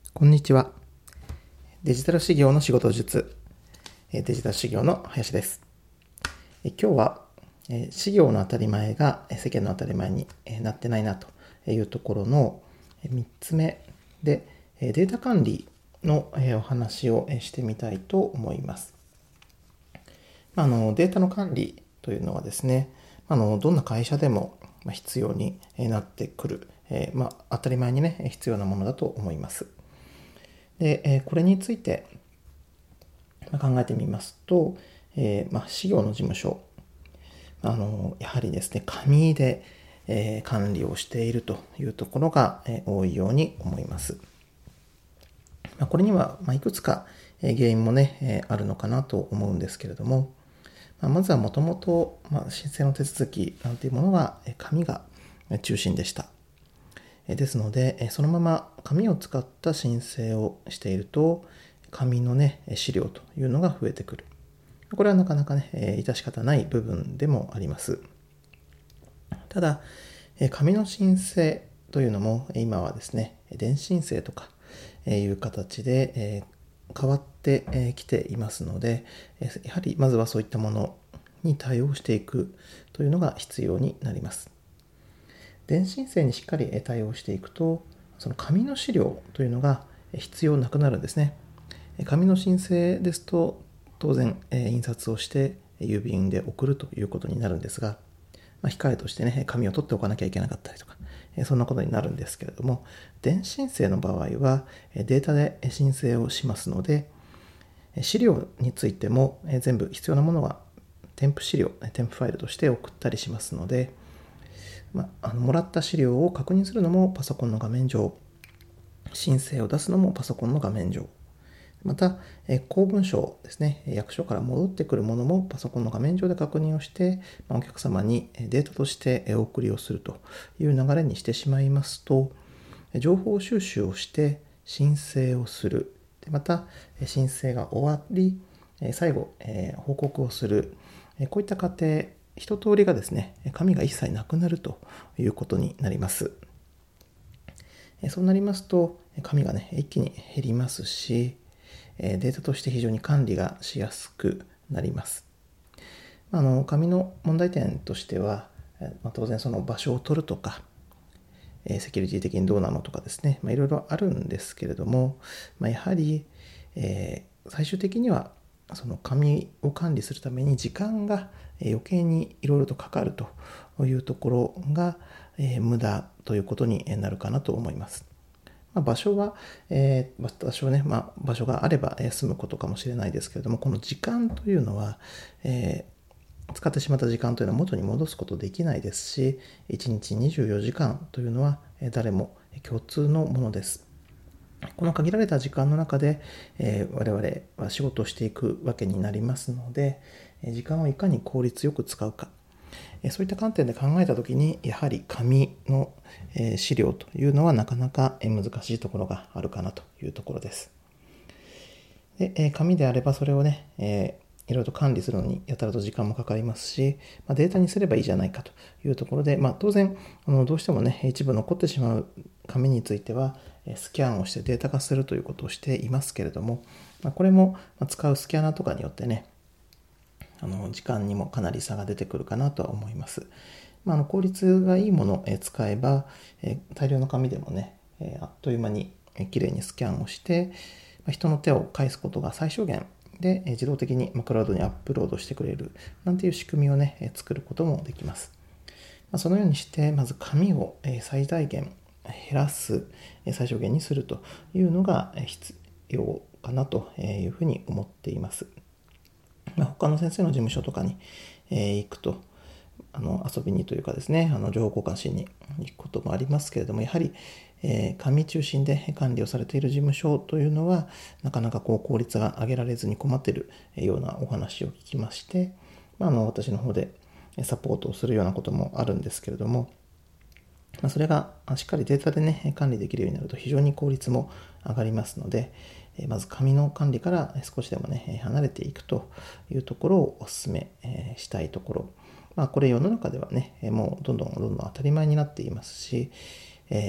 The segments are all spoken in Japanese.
こんにちは。デジタル事業の仕事術、デジタル事業の林です。今日は事業の当たり前が世間の当たり前になってないなというところの3つ目で、データ管理のお話をしてみたいと思います。データの管理というのはですね、どんな会社でも必要になってくる、当たり前にね、必要なものだと思います。で、これについて考えてみますと、事業の事務所、やはりですね、紙で、管理をしているというところが、多いように思います。これには、いくつか、原因もね、あるのかなと思うんですけれども、まずはもともと申請の手続きなんていうものは紙が中心でした。ですので、そのまま紙を使った申請をしていると、紙のね、資料というのが増えてくる。これはなかなかね、致し方ない部分でもあります。ただ、紙の申請というのも今はですね、電子申請とかいう形で変わってきていますので、やはりまずはそういったものに対応していくというのが必要になります。電子申請にしっかり対応していくと、その紙の資料というのが必要なくなるんですね。紙の申請ですと、当然印刷をして郵便で送るということになるんですが、控えとしてね、紙を取っておかなきゃいけなかったりとか、そんなことになるんですけれども、電子申請の場合はデータで申請をしますので、資料についても全部必要なものは添付資料、添付ファイルとして送ったりしますので、もらった資料を確認するのもパソコンの画面上、申請を出すのもパソコンの画面上、また公文書ですね、役所から戻ってくるものもパソコンの画面上で確認をして、お客様にデータとしてお送りをするという流れにしてしまいますと、情報収集をして申請をする、また申請が終わり最後報告をする、こういった過程一通りがですね、紙が一切なくなるということになります。そうなりますと、紙がね、一気に減りますし、データとして非常に管理がしやすくなります。紙の問題点としては、当然その場所を取るとか、セキュリティ的にどうなのとかですね、いろいろあるんですけれども、やはり、最終的にはその紙を管理するために時間が余計にいろいろとかかるというところが無駄ということになるかなと思います。場所は、多少ね、場所があれば済むことかもしれないですけれども、この時間というのは、使ってしまった時間というのは元に戻すことできないですし、1日24時間というのは誰も共通のものです。この限られた時間の中で、我々は仕事をしていくわけになりますので、時間をいかに効率よく使うか、そういった観点で考えたときに、やはり紙の資料というのはなかなか難しいところがあるかなというところです。で、紙であればそれをね、いろいろと管理するのにやたらと時間もかかりますし、データにすればいいじゃないかというところで、当然どうしてもね、一部残ってしまう紙についてはスキャンをしてデータ化するということをしていますけれども、これも使うスキャナーとかによってね、時間にもかなり差が出てくるかなとは思います。効率がいいものを使えば、大量の紙でもね、あっという間にきれいにスキャンをして、人の手を介すことが最小限で自動的にクラウドにアップロードしてくれるなんていう仕組みをね、作ることもできます。そのようにして、まず紙を最大限減らす、最小限にするというのが必要かなというふうに思っています。他の先生の事務所とかに行くと、遊びにというかですね、情報交換しに行くこともありますけれども、やはり、紙中心で管理をされている事務所というのは、なかなか効率が上げられずに困っているようなお話を聞きまして、私の方でサポートをするようなこともあるんですけれども、それがしっかりデータでね、管理できるようになると非常に効率も上がりますので、まず紙の管理から少しでもね、離れていくというところをお勧めしたいところ。これ世の中ではね、もうどんどん当たり前になっていますし、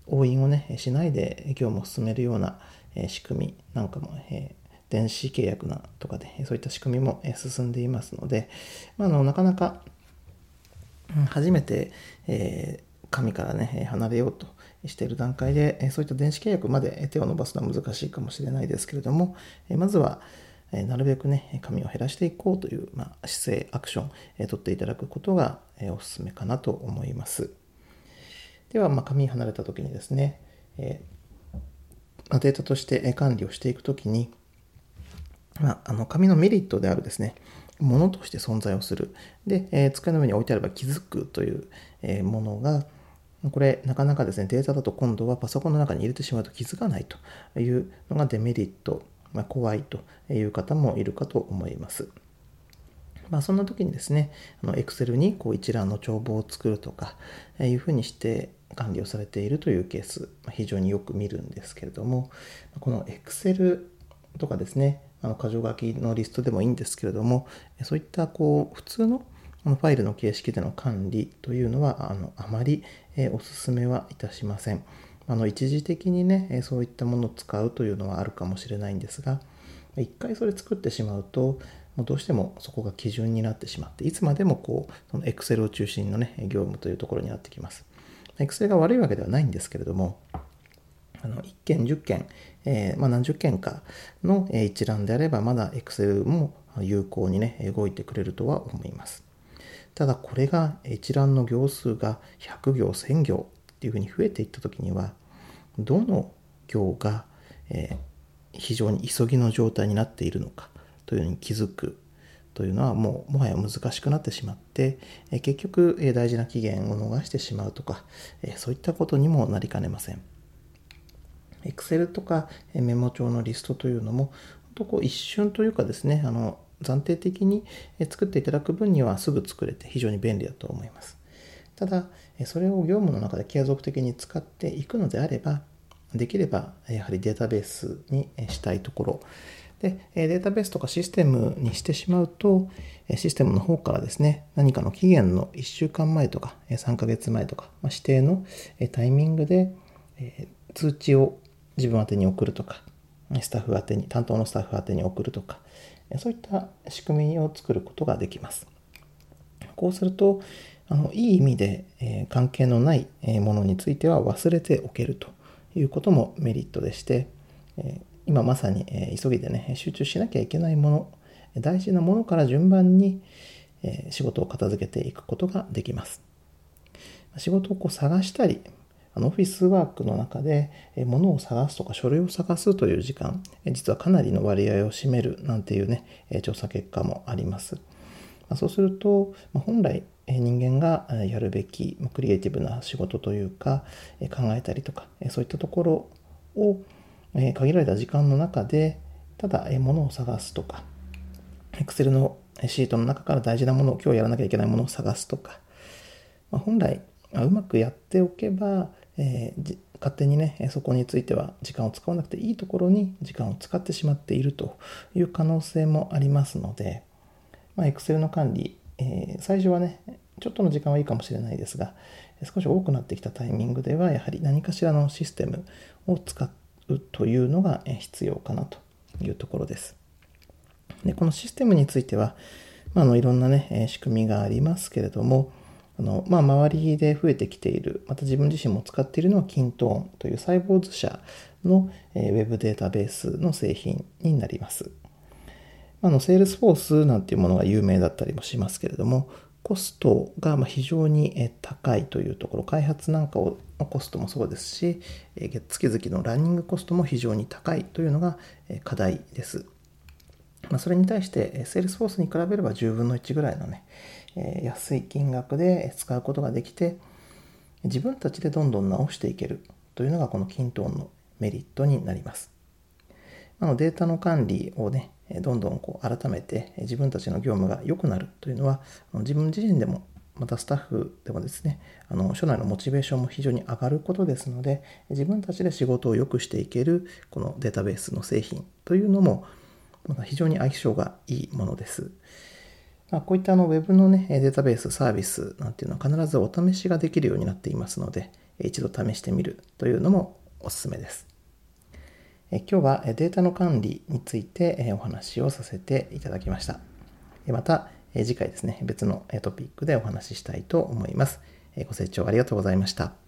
押印をねしないで業務を進めるような仕組みなんかも電子契約とかでそういった仕組みも進んでいますので、なかなか初めて紙からね離れようとしている段階でそういった電子契約まで手を伸ばすのは難しいかもしれないですけれども、まずはなるべくね紙を減らしていこうという、姿勢アクション取っていただくことがおすすめかなと思います。では、紙離れた時にですね、データとして管理をしていくときに、紙のメリットであるですね、ものとして存在をする。で、机の上に置いてあれば気づくというものが、これなかなかですね、データだと今度はパソコンの中に入れてしまうと気づかないというのがデメリット、怖いという方もいるかと思います。そんな時にですね、Excel に一覧の帳簿を作るとかいうふうにして管理をされているというケース、非常によく見るんですけれども、この Excel とかですね、箇条書きのリストでもいいんですけれども、そういった普通のファイルの形式での管理というのはあまりお勧めはいたしません。一時的にね、そういったものを使うというのはあるかもしれないんですが、一回それ作ってしまうと、どうしてもそこが基準になってしまって、いつまでもその Excel を中心のね、業務というところになってきます。Excel が悪いわけではないんですけれども、1件10件、何十件かの一覧であればまだ Excel も有効にね動いてくれるとは思います。ただこれが一覧の行数が100行1000行っていうふうに増えていった時には、どの行が非常に急ぎの状態になっているのかというのに気づくというのはもはや難しくなってしまって、結局大事な期限を逃してしまうとか、そういったことにもなりかねません。Excel とかメモ帳のリストというのも一瞬というかですね、暫定的に作っていただく分にはすぐ作れて非常に便利だと思います。ただそれを業務の中で継続的に使っていくのであれば、できればやはりデータベースにしたいところで、データベースとかシステムにしてしまうと、システムの方からですね、何かの期限の1週間前とか3ヶ月前とか、指定のタイミングで通知を自分宛てに送るとか、スタッフ宛てに、担当のスタッフ宛てに送るとか、そういった仕組みを作ることができます。こうすると、いい意味で、関係のないものについては忘れておけるということもメリットでして、今まさに、急ぎでね、集中しなきゃいけないもの、大事なものから順番に、仕事を片付けていくことができます。仕事を探したり、オフィスワークの中で物を探すとか書類を探すという時間、実はかなりの割合を占めるなんていうね、調査結果もあります。そうすると、本来人間がやるべきクリエイティブな仕事というか、考えたりとか、そういったところを限られた時間の中で、ただ物を探すとか、Excel のシートの中から大事なものを、今日やらなきゃいけないものを探すとか、本来うまくやっておけば、勝手にねそこについては時間を使わなくていいところに時間を使ってしまっているという可能性もありますので、Excel の管理、最初はねちょっとの時間はいいかもしれないですが、少し多くなってきたタイミングではやはり何かしらのシステムを使うというのが必要かなというところです。でこのシステムについては、いろんなね仕組みがありますけれども、周りで増えてきている、また自分自身も使っているのはキントーンというサイボーズ社のウェブデータベースの製品になります。セールスフォースなんていうものが有名だったりもしますけれども、コストが非常に高いというところ、開発なんかのコストもそうですし、月々のランニングコストも非常に高いというのが課題です。それに対してセールスフォースに比べれば10分の1ぐらいのね、安い金額で使うことができて、自分たちでどんどん直していけるというのがこのキントーンのメリットになります。データの管理をね、どんどん改めて自分たちの業務が良くなるというのは、自分自身でもまたスタッフでもですね、社内のモチベーションも非常に上がることですので、自分たちで仕事を良くしていけるこのデータベースの製品というのも非常に相性がいいものです。こういったウェブのね、データベース、サービスなんていうのは必ずお試しができるようになっていますので、 一度試してみるというのもおすすめです。今日はデータの管理についてお話をさせていただきました。また次回ですね、別のトピックでお話ししたいと思います。ご清聴ありがとうございました。